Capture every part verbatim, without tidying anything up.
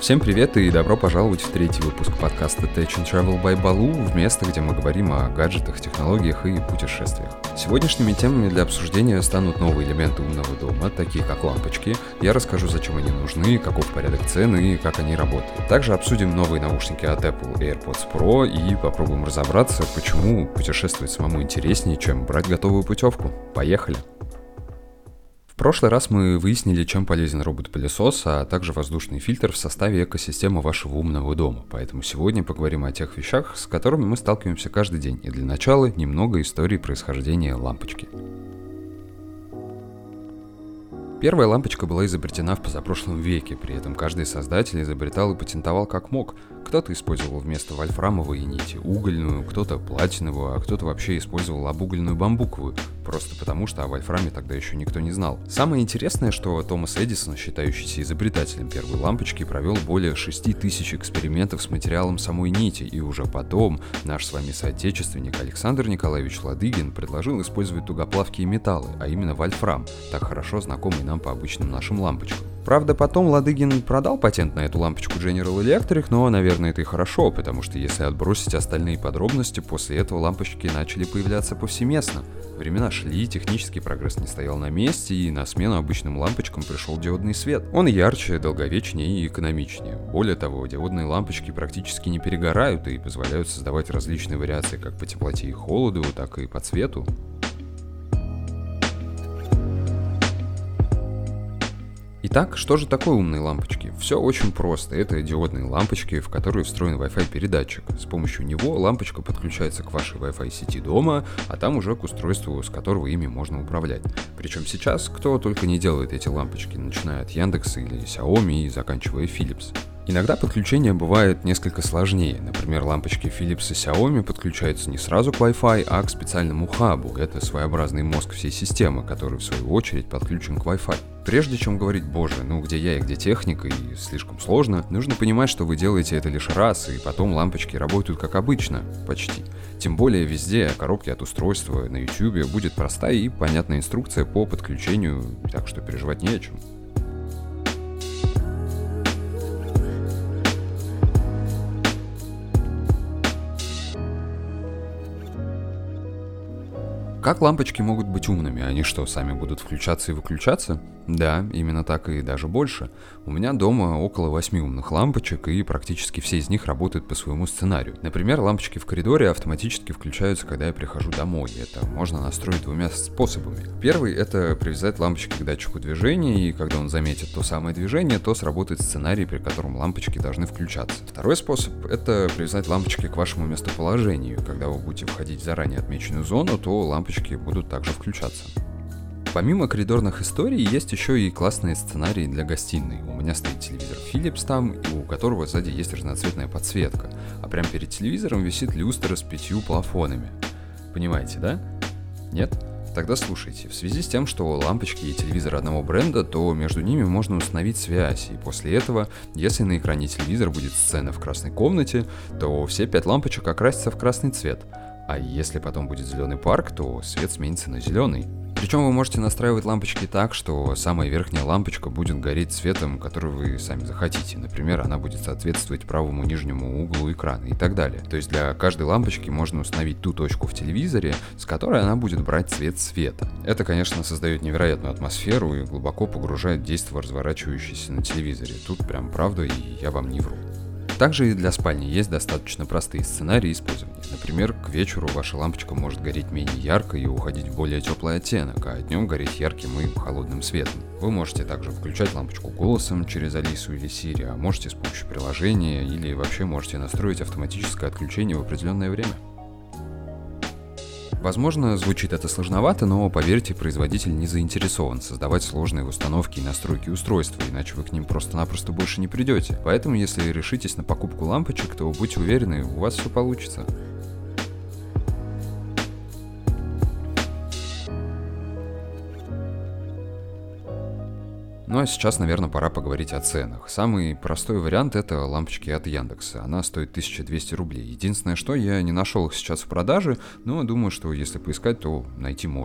Всем привет и добро пожаловать в третий выпуск подкаста Tech and Travel by Baloo, в место, где мы говорим о гаджетах, технологиях и путешествиях. Сегодняшними темами для обсуждения станут новые элементы умного дома, такие как лампочки. Я расскажу, зачем они нужны, каков порядок цен и как они работают. Также обсудим новые наушники от Apple AirPods Pro и попробуем разобраться, почему путешествовать самому интереснее, чем брать готовую путевку. Поехали! В прошлый раз мы выяснили, чем полезен робот-пылесос, а также воздушный фильтр в составе экосистемы вашего умного дома. Поэтому сегодня поговорим о тех вещах, с которыми мы сталкиваемся каждый день. И для начала немного истории происхождения лампочки. Первая лампочка была изобретена в позапрошлом веке, при этом каждый создатель изобретал и патентовал как мог. Кто-то использовал вместо вольфрамовой нити угольную, кто-то платиновую, а кто-то вообще использовал обугольную бамбуковую, просто потому что о вольфраме тогда еще никто не знал. Самое интересное, что Томас Эдисон, считающийся изобретателем первой лампочки, провел более шести тысяч экспериментов с материалом самой нити, и уже потом наш с вами соотечественник Александр Николаевич Ладыгин предложил использовать тугоплавкие металлы, а именно вольфрам, так хорошо знакомый нам по обычным нашим лампочкам. Правда, потом Ладыгин продал патент на эту лампочку General Electric, но, наверное, это и хорошо, потому что если отбросить остальные подробности, после этого лампочки начали появляться повсеместно. Времена шли, технический прогресс не стоял на месте, и на смену обычным лампочкам пришел диодный свет. Он ярче, долговечнее и экономичнее. Более того, диодные лампочки практически не перегорают и позволяют создавать различные вариации как по теплоте и холоду, так и по цвету. Итак, что же такое умные лампочки? Все очень просто. Это диодные лампочки, в которые встроен Wi-Fi передатчик. С помощью него лампочка подключается к вашей Wi-Fi сети дома, а там уже к устройству, с которого ими можно управлять. Причем сейчас кто только не делает эти лампочки, начиная от Яндекса или Xiaomi и заканчивая Philips. Иногда подключение бывает несколько сложнее. Например, лампочки Philips и Xiaomi подключаются не сразу к Wi-Fi, а к специальному хабу. Это своеобразный мозг всей системы, который в свою очередь подключен к Wi-Fi. Прежде чем говорить «боже, ну где я и где техника, и слишком сложно», нужно понимать, что вы делаете это лишь раз, и потом лампочки работают как обычно, почти. Тем более везде коробки от устройства на YouTube будет простая и понятная инструкция по подключению, так что переживать не о чем. Как лампочки могут быть умными? Они что, сами будут включаться и выключаться? Да, именно так и даже больше. У меня дома около восьми умных лампочек, и практически все из них работают по своему сценарию. Например, лампочки в коридоре автоматически включаются, когда я прихожу домой. Это можно настроить двумя способами. Первый — это привязать лампочки к датчику движения, и когда он заметит то самое движение, то сработает сценарий, при котором лампочки должны включаться. Второй способ — это привязать лампочки к вашему местоположению. Когда вы будете входить в заранее отмеченную зону, то лампочки будут также включаться. Помимо коридорных историй, есть еще и классные сценарии для гостиной. У меня стоит телевизор Philips там, у которого сзади есть разноцветная подсветка, а прямо перед телевизором висит люстра с пятью плафонами. Понимаете, да? Нет? Тогда слушайте. В связи с тем, что лампочки и телевизор одного бренда, то между ними можно установить связь, и после этого, если на экране телевизора будет сцена в красной комнате, то все пять лампочек окрасятся в красный цвет. А если потом будет зеленый парк, то свет сменится на зеленый. Причем вы можете настраивать лампочки так, что самая верхняя лампочка будет гореть цветом, который вы сами захотите. Например, она будет соответствовать правому нижнему углу экрана и так далее. То есть для каждой лампочки можно установить ту точку в телевизоре, с которой она будет брать цвет света. Это, конечно, создает невероятную атмосферу и глубоко погружает действо, разворачивающееся на телевизоре. Тут прям правда, и я вам не вру. Также и для спальни есть достаточно простые сценарии использования. Например, к вечеру ваша лампочка может гореть менее ярко и уходить в более теплый оттенок, а днем гореть ярким и холодным светом. Вы можете также включать лампочку голосом через Алису или Siri, а можете с помощью приложения, или вообще можете настроить автоматическое отключение в определенное время. Возможно, звучит это сложновато, но, поверьте, производитель не заинтересован создавать сложные установки и настройки устройства, иначе вы к ним просто-напросто больше не придете. Поэтому, если решитесь на покупку лампочек, то будьте уверены, у вас все получится. Ну а сейчас, наверное, пора поговорить о ценах. Самый простой вариант — это лампочки от Яндекса. Она стоит тысяча двести рублей. Единственное, что я не нашел их сейчас в продаже, но думаю, что если поискать, то найти можно.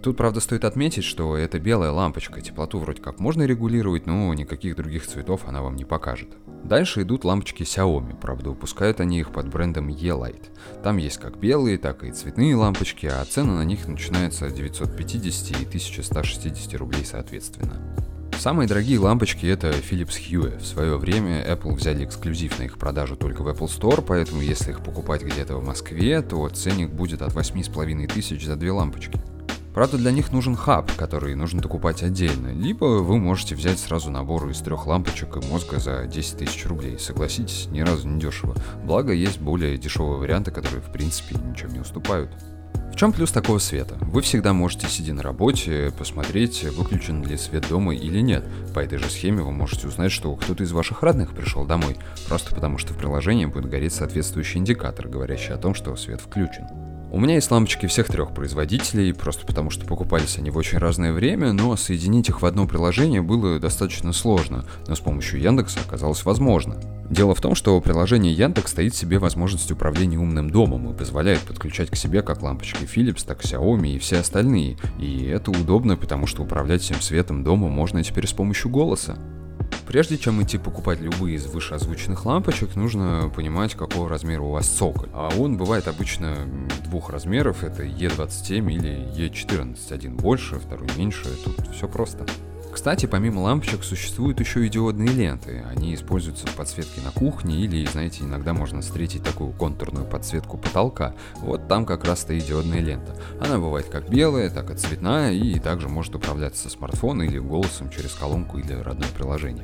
Тут, правда, стоит отметить, что это белая лампочка, теплоту вроде как можно регулировать, но никаких других цветов она вам не покажет. Дальше идут лампочки Xiaomi, правда, выпускают они их под брендом E-Light. Там есть как белые, так и цветные лампочки, а цены на них начинаются от девятьсот пятьдесят и тысяча сто шестьдесят рублей соответственно. Самые дорогие лампочки — это Philips Hue. В свое время Apple взяли эксклюзив на их продажу только в Apple Store, поэтому если их покупать где-то в Москве, то ценник будет от восемь с половиной тысяч за две лампочки. Правда, для них нужен хаб, который нужно докупать отдельно, либо вы можете взять сразу набор из трех лампочек и мозга за десять тысяч рублей. Согласитесь, ни разу не дешево. Благо, есть более дешевые варианты, которые в принципе ничем не уступают. В чем плюс такого света? Вы всегда можете, сидя на работе, посмотреть, выключен ли свет дома или нет. По этой же схеме вы можете узнать, что кто-то из ваших родных пришел домой, просто потому что в приложении будет гореть соответствующий индикатор, говорящий о том, что свет включен. У меня есть лампочки всех трех производителей, просто потому что покупались они в очень разное время, но соединить их в одно приложение было достаточно сложно, но с помощью Яндекса оказалось возможно. Дело в том, что приложение Яндекс стоит себе возможность управления умным домом и позволяет подключать к себе как лампочки Philips, так и Xiaomi и все остальные. И это удобно, потому что управлять всем светом дома можно теперь с помощью голоса. Прежде чем идти покупать любые из вышеозвученных лампочек, нужно понимать, какого размера у вас цоколь. А он бывает обычно двух размеров, это и двадцать семь или и четырнадцать. Один больше, второй меньше, тут все просто. Кстати, помимо лампочек существуют еще и диодные ленты. Они используются в подсветке на кухне или, знаете, иногда можно встретить такую контурную подсветку потолка. Вот там как раз стоит диодная лента. Она бывает как белая, так и цветная и также может управляться со смартфона или голосом через колонку или родное приложение.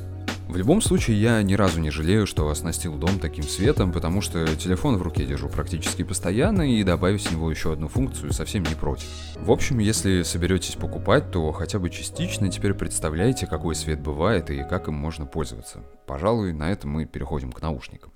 В любом случае, я ни разу не жалею, что оснастил дом таким светом, потому что телефон в руке держу практически постоянно и добавить с него еще одну функцию совсем не против. В общем, если соберетесь покупать, то хотя бы частично теперь представляете, какой свет бывает и как им можно пользоваться. Пожалуй, на этом мы переходим к наушникам.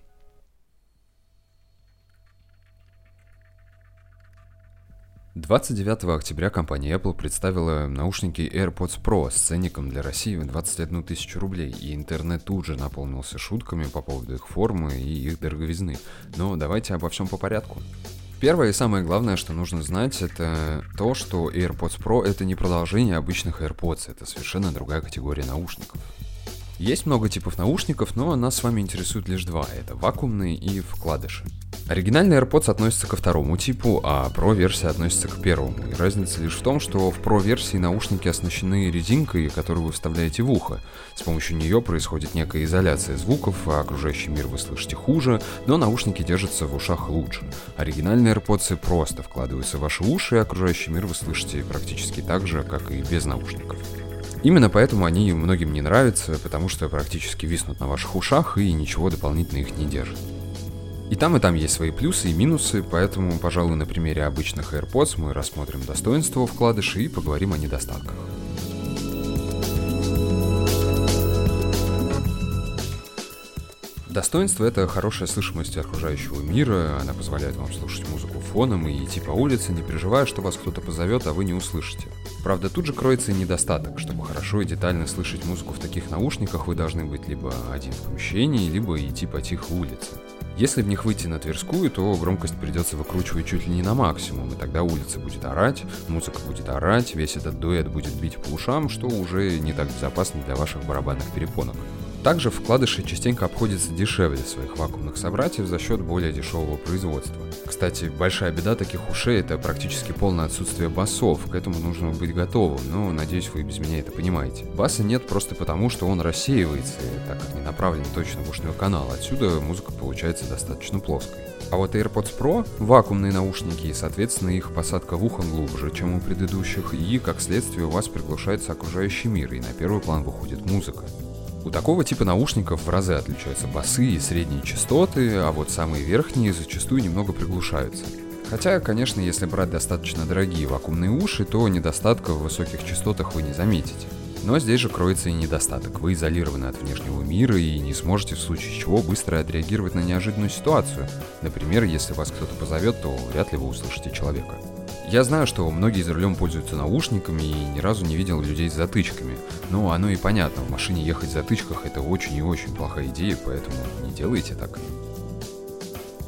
двадцать девятого октября компания Apple представила наушники AirPods Pro с ценником для России в двадцать одну тысячу рублей, и интернет тут же наполнился шутками по поводу их формы и их дороговизны. Но давайте обо всем по порядку. Первое и самое главное, что нужно знать, это то, что AirPods Pro — это не продолжение обычных AirPods, это совершенно другая категория наушников. Есть много типов наушников, но нас с вами интересуют лишь два — это вакуумные и вкладыши. Оригинальный AirPods относится ко второму типу, а Pro-версия относится к первому. И разница лишь в том, что в Pro-версии наушники оснащены резинкой, которую вы вставляете в ухо. С помощью нее происходит некая изоляция звуков, а окружающий мир вы слышите хуже, но наушники держатся в ушах лучше. Оригинальные AirPods просто вкладываются в ваши уши, и окружающий мир вы слышите практически так же, как и без наушников. Именно поэтому они многим не нравятся, потому что практически виснут на ваших ушах и ничего дополнительно их не держит. И там, и там есть свои плюсы и минусы, поэтому, пожалуй, на примере обычных AirPods мы рассмотрим достоинства вкладышей и поговорим о недостатках. Достоинство — это хорошая слышимость окружающего мира, она позволяет вам слушать музыку фоном и идти по улице, не переживая, что вас кто-то позовет, а вы не услышите. Правда, тут же кроется и недостаток. Чтобы хорошо и детально слышать музыку в таких наушниках, вы должны быть либо один в помещении, либо идти по тихой улице. Если в них выйти на Тверскую, то громкость придется выкручивать чуть ли не на максимум, и тогда улица будет орать, музыка будет орать, весь этот дуэт будет бить по ушам, что уже не так безопасно для ваших барабанных перепонок. Также вкладыши частенько обходятся дешевле своих вакуумных собратьев за счет более дешевого производства. Кстати, большая беда таких ушей — это практически полное отсутствие басов, к этому нужно быть готовым, но надеюсь, вы без меня это понимаете. Баса нет просто потому, что он рассеивается, так как не направлен точно в ушной канал, отсюда музыка получается достаточно плоской. А вот AirPods Pro — вакуумные наушники, и, соответственно, их посадка в ухо глубже, чем у предыдущих, и, как следствие, у вас приглушается окружающий мир, и на первый план выходит музыка. У такого типа наушников в разы отличаются басы и средние частоты, а вот самые верхние зачастую немного приглушаются. Хотя, конечно, если брать достаточно дорогие вакуумные уши, то недостатка в высоких частотах вы не заметите. Но здесь же кроется и недостаток. Вы изолированы от внешнего мира и не сможете в случае чего быстро отреагировать на неожиданную ситуацию. Например, если вас кто-то позовет, то вряд ли вы услышите человека. Я знаю, что многие за рулем пользуются наушниками и ни разу не видел людей с затычками. Но оно и понятно, в машине ехать в затычках — это очень и очень плохая идея, поэтому не делайте так.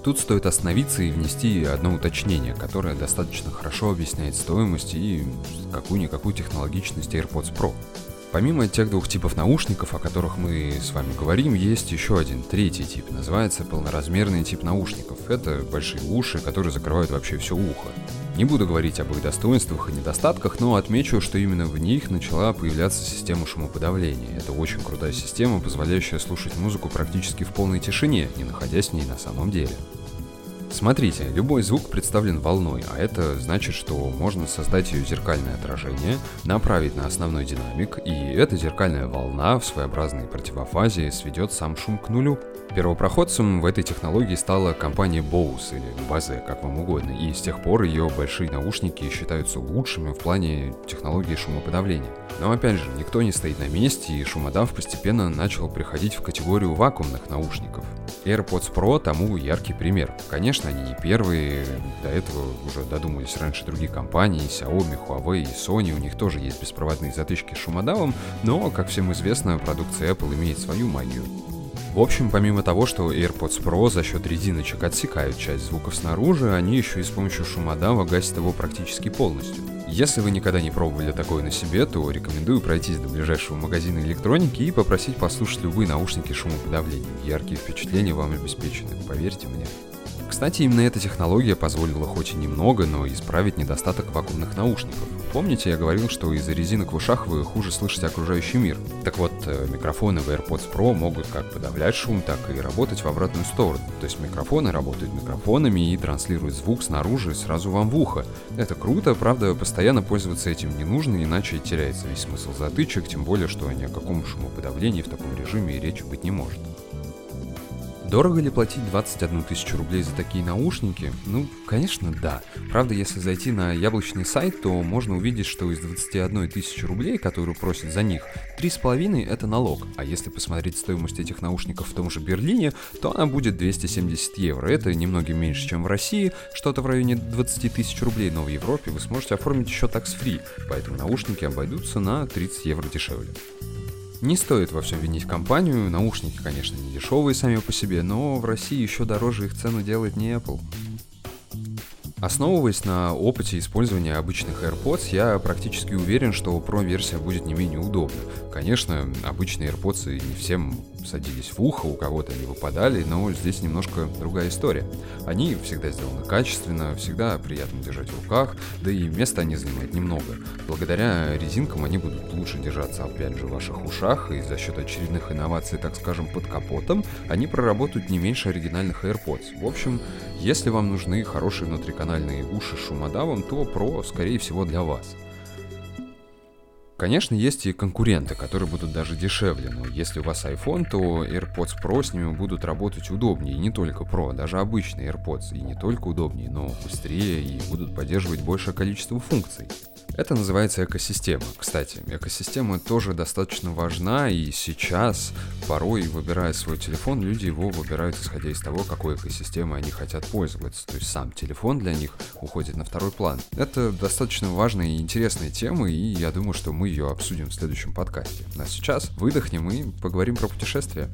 Тут стоит остановиться и внести одно уточнение, которое достаточно хорошо объясняет стоимость и какую-никакую технологичность AirPods Pro. Помимо тех двух типов наушников, о которых мы с вами говорим, есть еще один, третий тип, называется полноразмерный тип наушников. Это большие уши, которые закрывают вообще все ухо. Не буду говорить об их достоинствах и недостатках, но отмечу, что именно в них начала появляться система шумоподавления. Это очень крутая система, позволяющая слушать музыку практически в полной тишине, не находясь в ней на самом деле. Смотрите, любой звук представлен волной, а это значит, что можно создать ее зеркальное отражение, направить на основной динамик, и эта зеркальная волна в своеобразной противофазе сведет сам шум к нулю. Первопроходцем в этой технологии стала компания Bose или Bose, как вам угодно, и с тех пор ее большие наушники считаются лучшими в плане технологии шумоподавления. Но опять же, никто не стоит на месте, и шумодав постепенно начал приходить в категорию вакуумных наушников. AirPods Pro тому яркий пример. Конечно, они не первые, до этого уже додумались раньше другие компании, Xiaomi, Huawei и Sony, у них тоже есть беспроводные затычки с шумодавом, но, как всем известно, продукция Apple имеет свою магию. В общем, помимо того, что AirPods Pro за счет резиночек отсекают часть звуков снаружи, они еще и с помощью шумодава гасят его практически полностью. Если вы никогда не пробовали такое на себе, то рекомендую пройтись до ближайшего магазина электроники и попросить послушать любые наушники шумоподавления. Яркие впечатления вам обеспечены, поверьте мне. Кстати, именно эта технология позволила хоть и немного, но исправить недостаток вакуумных наушников. Помните, я говорил, что из-за резинок в ушах вы хуже слышите окружающий мир? Так вот, микрофоны в AirPods Pro могут как подавлять шум, так и работать в обратную сторону. То есть микрофоны работают микрофонами и транслируют звук снаружи сразу вам в ухо. Это круто, правда, постоянно пользоваться этим не нужно, иначе теряется весь смысл затычек, тем более, что ни о каком шумоподавлении в таком режиме и речи быть не может. Дорого ли платить двадцать одну тысячу рублей за такие наушники? Ну, конечно, да. Правда, если зайти на яблочный сайт, то можно увидеть, что из двадцати одной тысячи рублей, которую просят за них, три с половиной это налог. А если посмотреть стоимость этих наушников в том же Берлине, то она будет двести семьдесят евро. Это немного меньше, чем в России, что-то в районе двадцати тысяч рублей, но в Европе вы сможете оформить еще tax-free, поэтому наушники обойдутся на тридцать евро дешевле. Не стоит во всем винить компанию, наушники, конечно, не дешевые сами по себе, но в России еще дороже их цену делает не Apple. Основываясь на опыте использования обычных AirPods, я практически уверен, что Pro-версия будет не менее удобна. Конечно, обычные AirPods не всем садились в ухо, у кого-то они выпадали, но здесь немножко другая история. Они всегда сделаны качественно, всегда приятно держать в руках, да и места они занимают немного. Благодаря резинкам они будут лучше держаться, опять же, в ваших ушах, и за счет очередных инноваций, так скажем, под капотом, они проработают не меньше оригинальных AirPods. В общем, если вам нужны хорошие внутриканальные уши с шумодавом, то Pro, скорее всего, для вас. Конечно, есть и конкуренты, которые будут даже дешевле, но если у вас iPhone, то AirPods Pro с ними будут работать удобнее, и не только Pro, даже обычные AirPods, и не только удобнее, но быстрее и будут поддерживать большее количество функций. Это называется экосистема. Кстати, экосистема тоже достаточно важна, и сейчас, порой, выбирая свой телефон, люди его выбирают исходя из того, какой экосистемой они хотят пользоваться. То есть сам телефон для них уходит на второй план. Это достаточно важная и интересная тема, и я думаю, что мы ее обсудим в следующем подкасте. А сейчас выдохнем и поговорим про путешествия.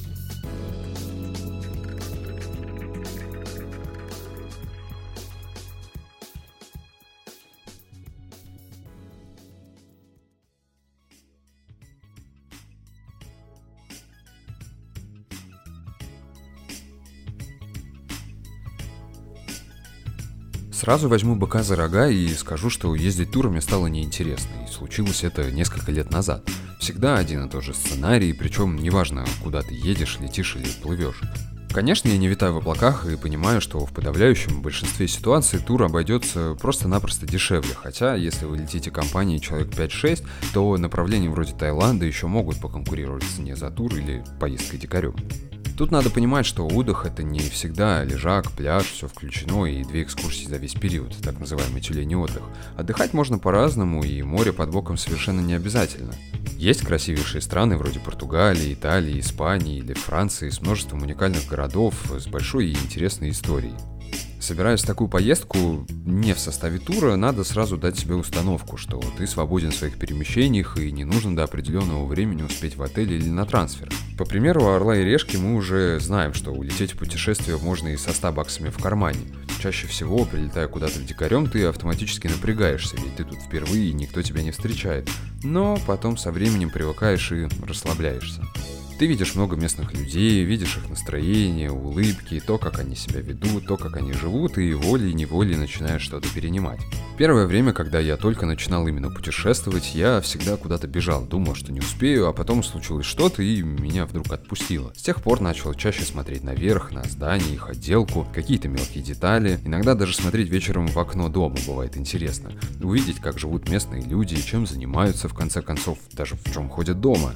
Сразу возьму быка за рога и скажу, что ездить турами стало неинтересно, и случилось это несколько лет назад. Всегда один и тот же сценарий, причем неважно, куда ты едешь, летишь или плывешь. Конечно, я не витаю в облаках и понимаю, что в подавляющем большинстве ситуаций тур обойдется просто-напросто дешевле, хотя если вы летите компанией человек пять-шесть, то направления вроде Таиланда еще могут поконкурировать в цене за тур или поездкой дикарем. Тут надо понимать, что отдых — это не всегда лежак, пляж, все включено и две экскурсии за весь период, так называемый тюленей отдых. Отдыхать можно по-разному, и море под боком совершенно не обязательно. Есть красивейшие страны вроде Португалии, Италии, Испании или Франции с множеством уникальных городов, с большой и интересной историей. Собираясь в такую поездку не в составе тура, надо сразу дать себе установку, что ты свободен в своих перемещениях и не нужно до определенного времени успеть в отель или на трансфер. По примеру Орла и Решки мы уже знаем, что улететь в путешествие можно и со ста баксами в кармане. Чаще всего, прилетая куда-то дикарем, ты автоматически напрягаешься, ведь ты тут впервые и никто тебя не встречает. Но потом со временем привыкаешь и расслабляешься. Ты видишь много местных людей, видишь их настроение, улыбки, то, как они себя ведут, то, как они живут, и волей-неволей начинаешь что-то перенимать. Первое время, когда я только начинал именно путешествовать, я всегда куда-то бежал, думал, что не успею, а потом случилось что-то, и меня вдруг отпустило. С тех пор начал чаще смотреть наверх, на здания, их отделку, какие-то мелкие детали, иногда даже смотреть вечером в окно дома бывает интересно. Увидеть, как живут местные люди, чем занимаются, в конце концов, даже в чем ходят дома.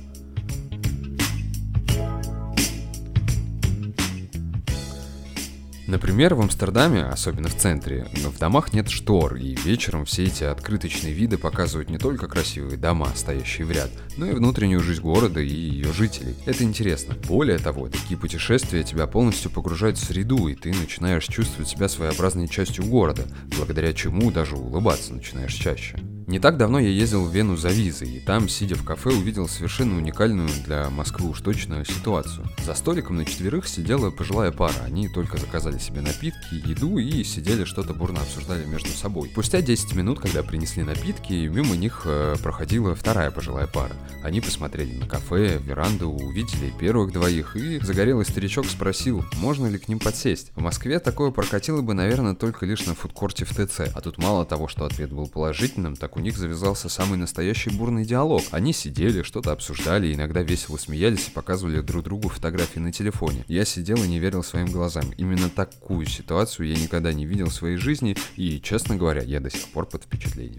Например, в Амстердаме, особенно в центре, в домах нет штор, и вечером все эти открыточные виды показывают не только красивые дома, стоящие в ряд, но и внутреннюю жизнь города и ее жителей. Это интересно. Более того, такие путешествия тебя полностью погружают в среду, и ты начинаешь чувствовать себя своеобразной частью города, благодаря чему даже улыбаться начинаешь чаще. Не так давно я ездил в Вену за визой, и там, сидя в кафе, увидел совершенно уникальную для Москвы уж точно ситуацию. За столиком на четверых сидела пожилая пара, они только заказали себе напитки, еду и сидели что-то бурно обсуждали между собой. Спустя десять минут, когда принесли напитки, мимо них э, проходила вторая пожилая пара. Они посмотрели на кафе, веранду, увидели первых двоих, и загорелый старичок спросил, можно ли к ним подсесть. В Москве такое прокатило бы, наверное, только лишь на фудкорте в ТЦ, а тут мало того, что ответ был положительным, так у них завязался самый настоящий бурный диалог. Они сидели, что-то обсуждали, иногда весело смеялись и показывали друг другу фотографии на телефоне. Я сидел и не верил своим глазам. Именно такую ситуацию я никогда не видел в своей жизни, и, честно говоря, я до сих пор под впечатлением.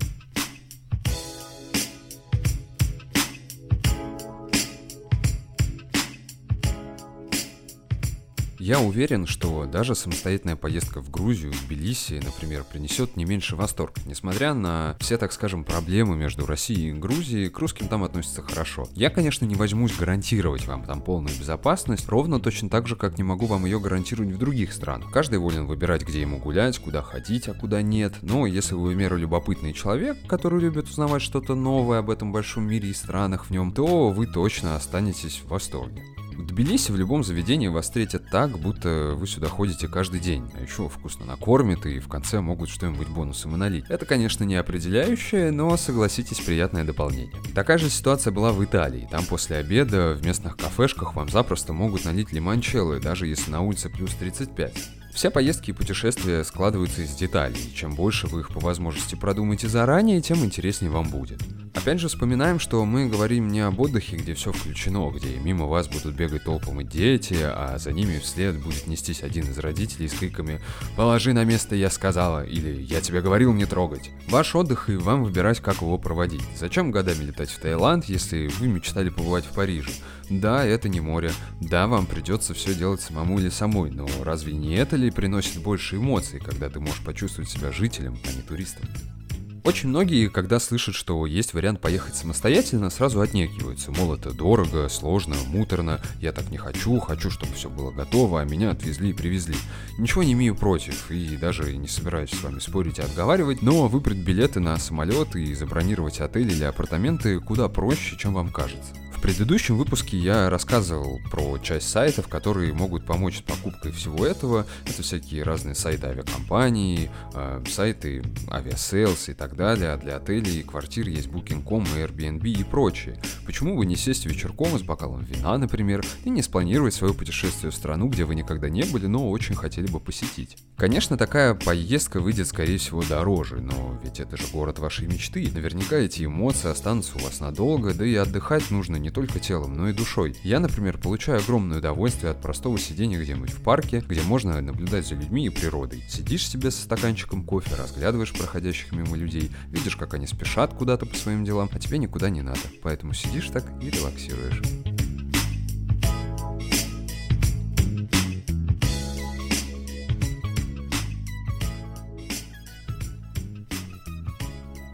Я уверен, что даже самостоятельная поездка в Грузию, в Тбилиси, например, принесет не меньше восторг. Несмотря на все, так скажем, проблемы между Россией и Грузией, к русским там относятся хорошо. Я, конечно, не возьмусь гарантировать вам там полную безопасность, ровно точно так же, как не могу вам ее гарантировать в других странах. Каждый волен выбирать, где ему гулять, куда ходить, а куда нет. Но если вы в меру любопытный человек, который любит узнавать что-то новое об этом большом мире и странах в нем, то вы точно останетесь в восторге. В Тбилиси в любом заведении вас встретят так, будто вы сюда ходите каждый день, а еще вкусно накормят и в конце могут что-нибудь бонусом и налить. Это, конечно, не определяющее, но, согласитесь, приятное дополнение. Такая же ситуация была в Италии. Там после обеда в местных кафешках вам запросто могут налить лимончелло, даже если на улице плюс тридцать пять. Все поездки и путешествия складываются из деталей, и чем больше вы их по возможности продумаете заранее, тем интереснее вам будет. Опять же вспоминаем, что мы говорим не об отдыхе, где все включено, где мимо вас будут бегать толпом и дети, а за ними вслед будет нестись один из родителей с криками «Положи на место, я сказала» или «Я тебе говорил не трогать». Ваш отдых, и вам выбирать, как его проводить. Зачем годами летать в Таиланд, если вы мечтали побывать в Париже? Да, это не море, да, вам придется все делать самому или самой, но разве не это ли приносит больше эмоций, когда ты можешь почувствовать себя жителем, а не туристом? Очень многие, когда слышат, что есть вариант поехать самостоятельно, сразу отнекиваются, мол, это дорого, сложно, муторно, я так не хочу, хочу, чтобы все было готово, а меня отвезли и привезли. Ничего не имею против, и даже не собираюсь с вами спорить и отговаривать, но выбрать билеты на самолет и забронировать отель или апартаменты куда проще, чем вам кажется. В предыдущем выпуске я рассказывал про часть сайтов, которые могут помочь с покупкой всего этого. Это всякие разные сайты авиакомпаний, э, сайты авиасейлс и так далее. А для отелей и квартир есть букинг точка ком, Airbnb и прочее. Почему бы не сесть вечерком с бокалом вина, например, и не спланировать свое путешествие в страну, где вы никогда не были, но очень хотели бы посетить? Конечно, такая поездка выйдет, скорее всего, дороже, но ведь это же город вашей мечты. Наверняка эти эмоции останутся у вас надолго, да и отдыхать нужно не только телом, но и душой. Я, например, получаю огромное удовольствие от простого сидения где-нибудь в парке, где можно наблюдать за людьми и природой. Сидишь себе со стаканчиком кофе, разглядываешь проходящих мимо людей, видишь, как они спешат куда-то по своим делам, а тебе никуда не надо. Поэтому сидишь так и релаксируешь.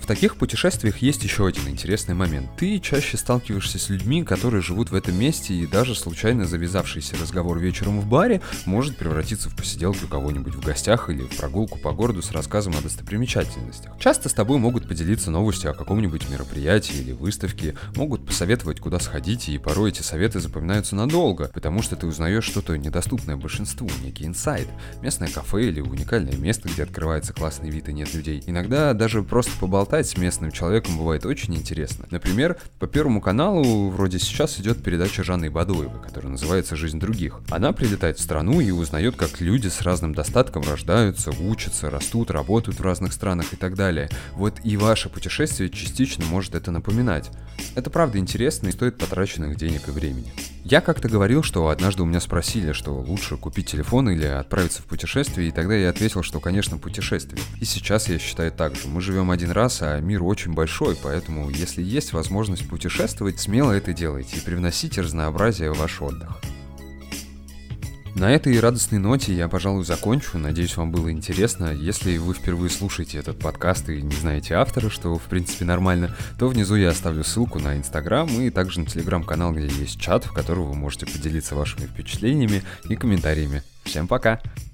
В таких путешествиях есть еще один интересный момент. Ты чаще сталкиваешься с людьми, которые живут в этом месте, и даже случайно завязавшийся разговор вечером в баре может превратиться в посиделку кого-нибудь в гостях или в прогулку по городу с рассказом о достопримечательностях. Часто с тобой могут поделиться новостью о каком-нибудь мероприятии или выставке, могут посоветовать, куда сходить, и порой эти советы запоминаются надолго, потому что ты узнаешь что-то недоступное большинству, некий инсайт, местное кафе или уникальное место, где открывается классный вид и нет людей. Иногда даже просто поболтать с местным человеком бывает очень интересно. Например, по Первому каналу вроде сейчас идет передача Жанны Бадоевой, которая называется «Жизнь других». Она прилетает в страну и узнает, как люди с разным достатком рождаются, учатся, растут, работают в разных странах и так далее. Вот и ваше путешествие частично может это напоминать. Это правда интересно и стоит потраченных денег и времени. Я как-то говорил, что однажды у меня спросили, что лучше купить телефон или отправиться в путешествие, и тогда я ответил, что, конечно, путешествие. И сейчас я считаю так же. Мы живем один раз, а мир очень большой, поэтому, если есть возможность путешествовать, смело это делайте и привносите разнообразие в ваш отдых. На этой радостной ноте я, пожалуй, закончу. Надеюсь, вам было интересно. Если вы впервые слушаете этот подкаст и не знаете автора, что, в принципе, нормально, то внизу я оставлю ссылку на Инстаграм и также на Телеграм-канал, где есть чат, в котором вы можете поделиться вашими впечатлениями и комментариями. Всем пока!